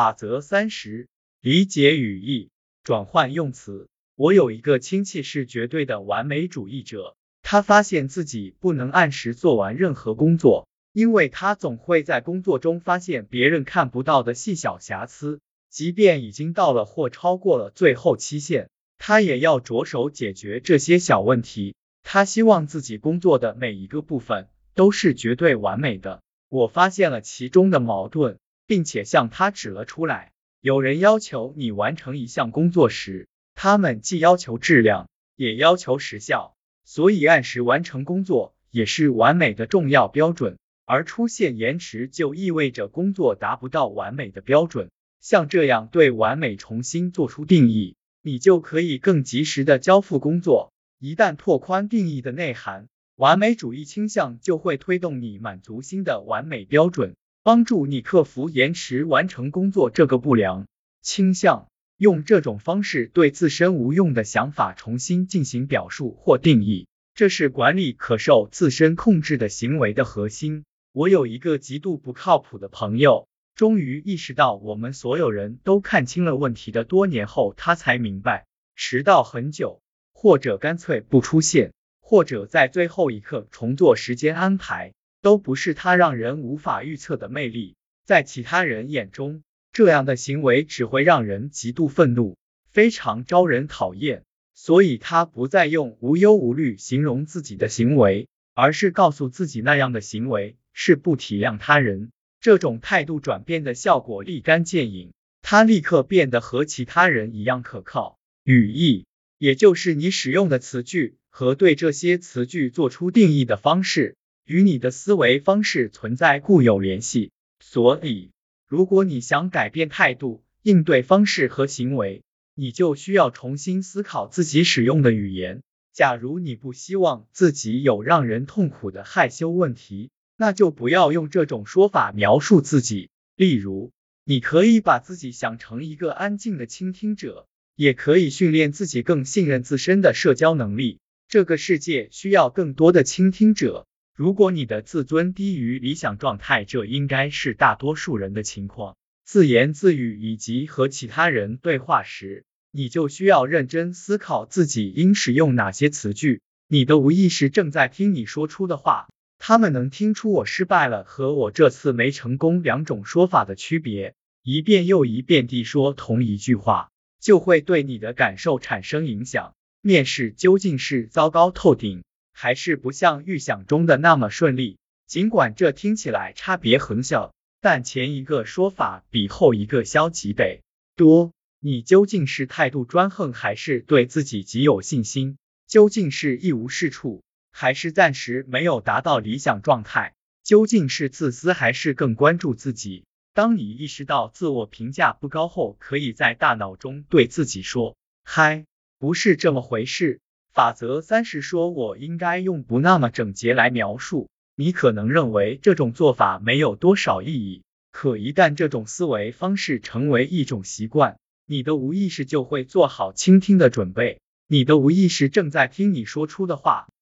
法则30，理解语义，转换用词。我有一个亲戚是绝对的完美主义者，他发现自己不能按时做完任何工作，因为他总会在工作中发现别人看不到的细小瑕疵，即便已经到了或超过了最后期限，他也要着手解决这些小问题。他希望自己工作的每一个部分都是绝对完美的。我发现了其中的矛盾，并且向他指了出来。有人要求你完成一项工作时，他们既要求质量，也要求时效，所以按时完成工作也是完美的重要标准，而出现延迟就意味着工作达不到完美的标准。像这样对完美重新做出定义，你就可以更及时的交付工作。一旦拓宽定义的内涵，完美主义倾向就会推动你满足新的完美标准，帮助你克服延迟完成工作这个不良倾向。用这种方式对自身无用的想法重新进行表述或定义，这是管理可受自身控制的行为的核心。我有一个极度不靠谱的朋友，终于意识到我们所有人都看清了问题的多年后，他才明白，迟到很久，或者干脆不出现，或者在最后一刻重做时间安排，都不是他让人无法预测的魅力。在其他人眼中，这样的行为只会让人极度愤怒，非常招人讨厌，所以他不再用无忧无虑形容自己的行为，而是告诉自己那样的行为是不体谅他人。这种态度转变的效果立竿见影，他立刻变得和其他人一样可靠。语义，也就是你使用的词句和对这些词句做出定义的方式，与你的思维方式存在固有联系。所以，如果你想改变态度、应对方式和行为，你就需要重新思考自己使用的语言。假如你不希望自己有让人痛苦的害羞问题，那就不要用这种说法描述自己。例如，你可以把自己想成一个安静的倾听者，也可以训练自己更信任自身的社交能力。这个世界需要更多的倾听者。如果你的自尊低于理想状态，这应该是大多数人的情况。自言自语以及和其他人对话时，你就需要认真思考自己应使用哪些词句。你的无意识正在听你说出的话，他们能听出我失败了和我这次没成功两种说法的区别，一遍又一遍地说同一句话，就会对你的感受产生影响。面试究竟是糟糕透顶，还是不像预想中的那么顺利？尽管这听起来差别很小，但前一个说法比后一个消极得多。你究竟是态度专横，还是对自己极有信心？究竟是一无是处，还是暂时没有达到理想状态？究竟是自私，还是更关注自己？当你意识到自我评价不高后，可以在大脑中对自己说：嗨，不是这么回事。法则30说，我应该用不那么整洁来描述。你可能认为这种做法没有多少意义，可一旦这种思维方式成为一种习惯，你的无意识就会做好倾听的准备。你的无意识正在听你说出的话，